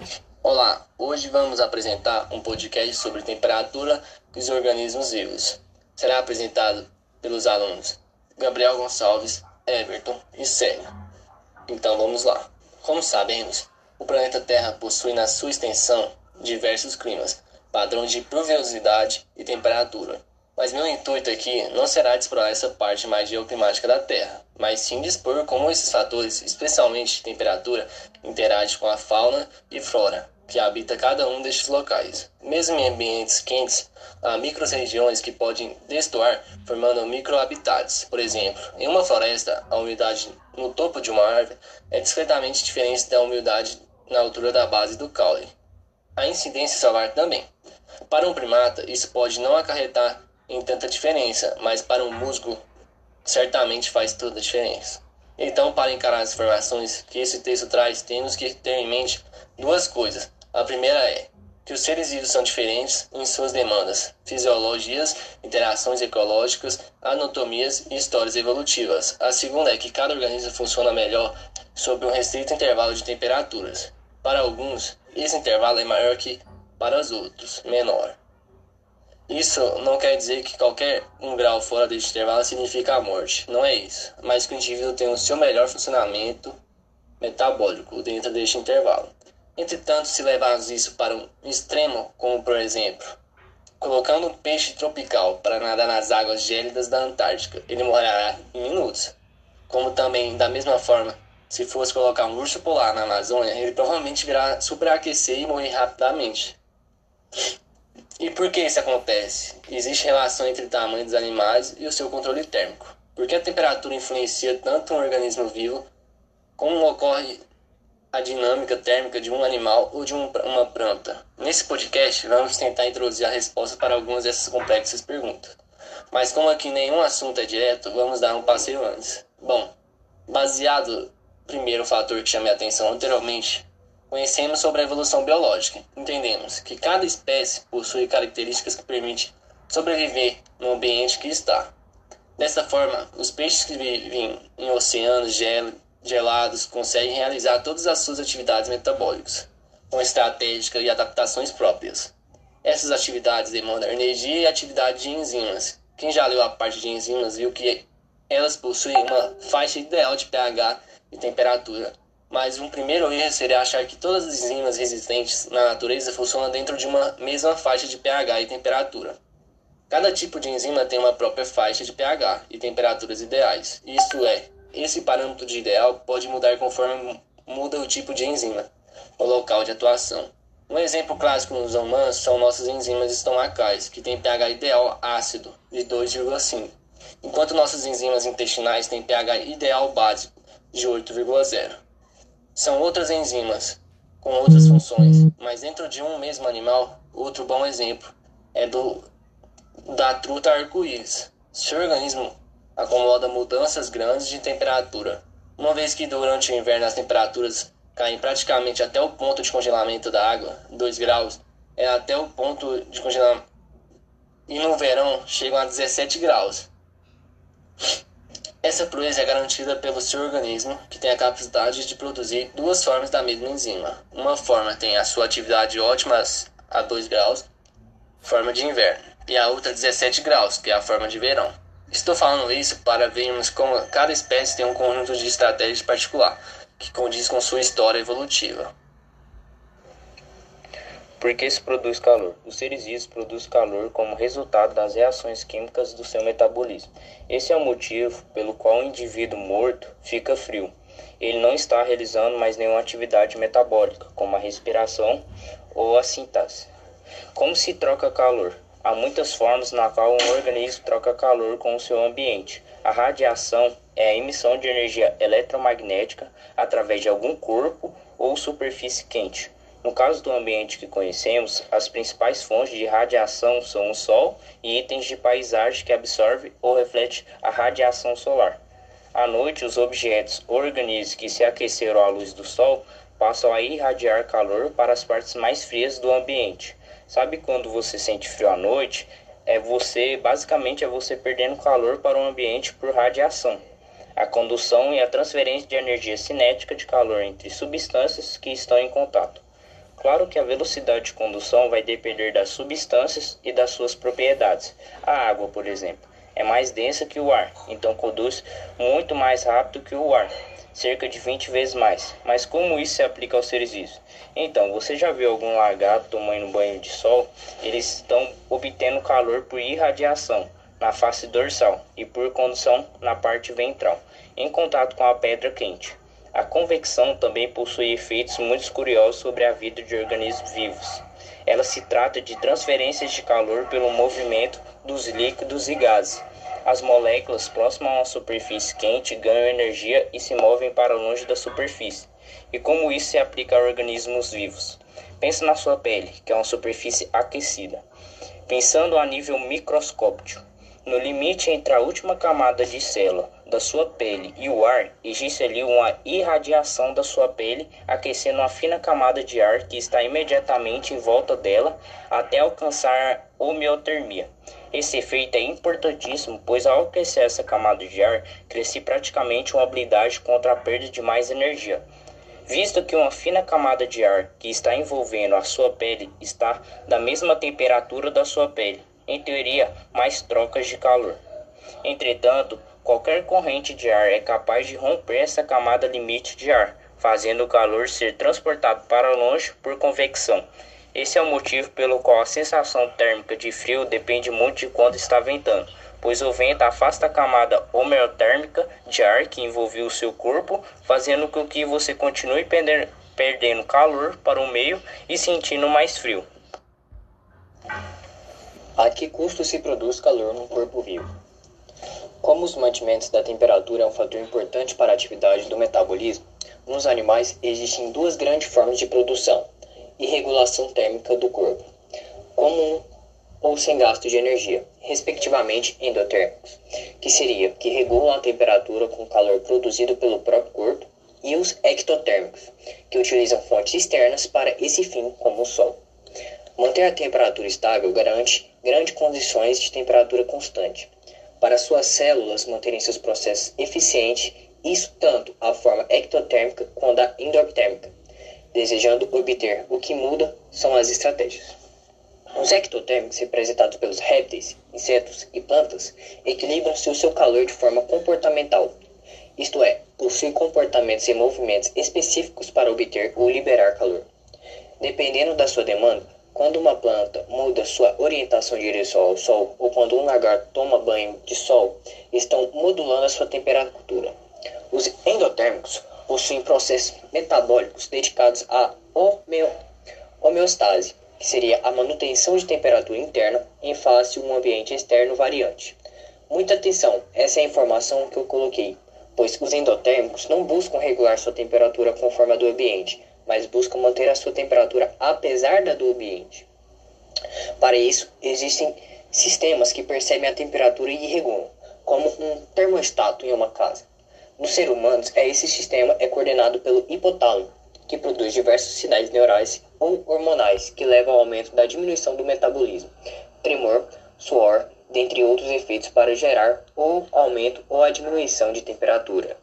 Olá, hoje vamos apresentar um podcast sobre temperatura dos organismos vivos. Será apresentado pelos alunos Gabriel Gonçalves, Everton e Célio. Então vamos lá. Como sabemos, o planeta Terra possui na sua extensão diversos climas, padrões de pluviosidade e temperatura. Mas meu intuito aqui não será de explorar essa parte mais geoclimática da Terra, mas sim de expor como esses fatores, especialmente temperatura, interagem com a fauna e flora que habita cada um destes locais. Mesmo em ambientes quentes, há micro-regiões que podem destoar, formando microhabitats. Por exemplo, em uma floresta, a umidade no topo de uma árvore é discretamente diferente da umidade na altura da base do caule. A incidência solar também. Para um primata, isso pode não acarretar em tanta diferença, mas para um musgo, certamente faz toda a diferença. Então, para encarar as informações que esse texto traz, temos que ter em mente duas coisas. A primeira é que os seres vivos são diferentes em suas demandas, fisiologias, interações ecológicas, anatomias e histórias evolutivas. A segunda é que cada organismo funciona melhor sob um restrito intervalo de temperaturas. Para alguns, esse intervalo é maior que para os outros, menor. Isso não quer dizer que qualquer 1 grau fora deste intervalo significa a morte. Não é isso. Mas que o indivíduo tem o seu melhor funcionamento metabólico dentro deste intervalo. Entretanto, se levarmos isso para um extremo, como por exemplo, colocando um peixe tropical para nadar nas águas gélidas da Antártica, ele morrerá em minutos. Como também, da mesma forma, se fosse colocar um urso polar na Amazônia, ele provavelmente irá superaquecer e morrer rapidamente. E por que isso acontece? Existe relação entre o tamanho dos animais e o seu controle térmico. Porque a temperatura influencia tanto um organismo vivo, como ocorre a dinâmica térmica de um animal ou de uma planta. Nesse podcast, vamos tentar introduzir a resposta para algumas dessas complexas perguntas. Mas como aqui nenhum assunto é direto, vamos dar um passeio antes. Bom, baseado no primeiro fator que chamei a atenção anteriormente, conhecemos sobre a evolução biológica. Entendemos que cada espécie possui características que permitem sobreviver no ambiente que está. Dessa forma, os peixes que vivem em oceanos gelados conseguem realizar todas as suas atividades metabólicas, com estratégia e adaptações próprias. Essas atividades demandam energia e atividade de enzimas. Quem já leu a parte de enzimas viu que elas possuem uma faixa ideal de pH e temperatura. Mas um primeiro erro seria achar que todas as enzimas existentes na natureza funcionam dentro de uma mesma faixa de pH e temperatura. Cada tipo de enzima tem uma própria faixa de pH e temperaturas ideais. Isto é, esse parâmetro de ideal pode mudar conforme muda o tipo de enzima, o local de atuação. Um exemplo clássico nos humanos são nossas enzimas estomacais, que têm pH ideal ácido de 2,5, enquanto nossas enzimas intestinais têm pH ideal básico de 8,0. São outras enzimas com outras funções, mas dentro de um mesmo animal, outro bom exemplo é da truta arco-íris. Seu organismo acomoda mudanças grandes de temperatura, uma vez que durante o inverno as temperaturas caem praticamente até o ponto de congelamento da água, 2 graus, é até o ponto de congelamento, e no verão chegam a 17 graus. Essa fluidez é garantida pelo seu organismo, que tem a capacidade de produzir duas formas da mesma enzima. Uma forma tem a sua atividade ótima a 2 graus, forma de inverno, e a outra 17 graus, que é a forma de verão. Estou falando isso para vermos como cada espécie tem um conjunto de estratégias particular, que condiz com sua história evolutiva. Por que se produz calor? Os seres vivos produzem calor como resultado das reações químicas do seu metabolismo. Esse é o motivo pelo qual o indivíduo morto fica frio. Ele não está realizando mais nenhuma atividade metabólica, como a respiração ou a síntese. Como se troca calor? Há muitas formas na qual um organismo troca calor com o seu ambiente. A radiação é a emissão de energia eletromagnética através de algum corpo ou superfície quente. No caso do ambiente que conhecemos, as principais fontes de radiação são o Sol e itens de paisagem que absorvem ou refletem a radiação solar. À noite, os objetos ou organismos que se aqueceram à luz do Sol passam a irradiar calor para as partes mais frias do ambiente. Sabe quando você sente frio à noite? Basicamente é você perdendo calor para o ambiente por radiação. A condução e a transferência de energia cinética de calor entre substâncias que estão em contato. Claro que a velocidade de condução vai depender das substâncias e das suas propriedades. A água, por exemplo, é mais densa que o ar, então conduz muito mais rápido que o ar, cerca de 20 vezes mais. Mas como isso se aplica aos seres vivos? Então, você já viu algum lagarto tomando banho de sol? Eles estão obtendo calor por irradiação na face dorsal e por condução na parte ventral, em contato com a pedra quente. A convecção também possui efeitos muito curiosos sobre a vida de organismos vivos. Ela se trata de transferências de calor pelo movimento dos líquidos e gases. As moléculas próximas a uma superfície quente ganham energia e se movem para longe da superfície. E como isso se aplica a organismos vivos? Pense na sua pele, que é uma superfície aquecida. Pensando a nível microscópico, no limite entre a última camada de célula da sua pele e o ar, existe ali uma irradiação da sua pele, aquecendo uma fina camada de ar que está imediatamente em volta dela até alcançar homeotermia. Esse efeito é importantíssimo, pois ao aquecer essa camada de ar, cresce praticamente uma habilidade contra a perda de mais energia. Visto que uma fina camada de ar que está envolvendo a sua pele está da mesma temperatura da sua pele, em teoria, mais trocas de calor. Entretanto, qualquer corrente de ar é capaz de romper essa camada limite de ar, fazendo o calor ser transportado para longe por convecção. Esse é o motivo pelo qual a sensação térmica de frio depende muito de quando está ventando, pois o vento afasta a camada homeotérmica de ar que envolveu o seu corpo, fazendo com que você continue perdendo calor para o meio e sentindo mais frio. A que custo se produz calor num corpo vivo? Como os mantimentos da temperatura é um fator importante para a atividade do metabolismo, nos animais existem duas grandes formas de produção e regulação térmica do corpo, comum ou sem gasto de energia, respectivamente endotérmicos, que regulam a temperatura com calor produzido pelo próprio corpo, e os ectotérmicos, que utilizam fontes externas para esse fim, como o sol. Manter a temperatura estável garante grandes condições de temperatura constante, para suas células manterem seus processos eficientes, isso tanto a forma ectotérmica quanto a endotérmica, desejando obter o que muda são as estratégias. Os ectotérmicos, representados pelos répteis, insetos e plantas, equilibram-se o seu calor de forma comportamental, isto é, possuem comportamentos e movimentos específicos para obter ou liberar calor. Dependendo da sua demanda, quando uma planta muda sua orientação em direção ao sol ou quando um lagarto toma banho de sol, estão modulando a sua temperatura. Os endotérmicos possuem processos metabólicos dedicados à homeostase, que seria a manutenção de temperatura interna em face a um ambiente externo variante. Muita atenção, essa é a informação que eu coloquei, pois os endotérmicos não buscam regular sua temperatura conforme a do ambiente, mas buscam manter a sua temperatura apesar da do ambiente. Para isso, existem sistemas que percebem a temperatura e regulam, como um termostato em uma casa. Nos seres humanos, esse sistema é coordenado pelo hipotálamo, que produz diversos sinais neurais ou hormonais que levam ao aumento da diminuição do metabolismo, tremor, suor, dentre outros efeitos para gerar ou aumento ou a diminuição de temperatura.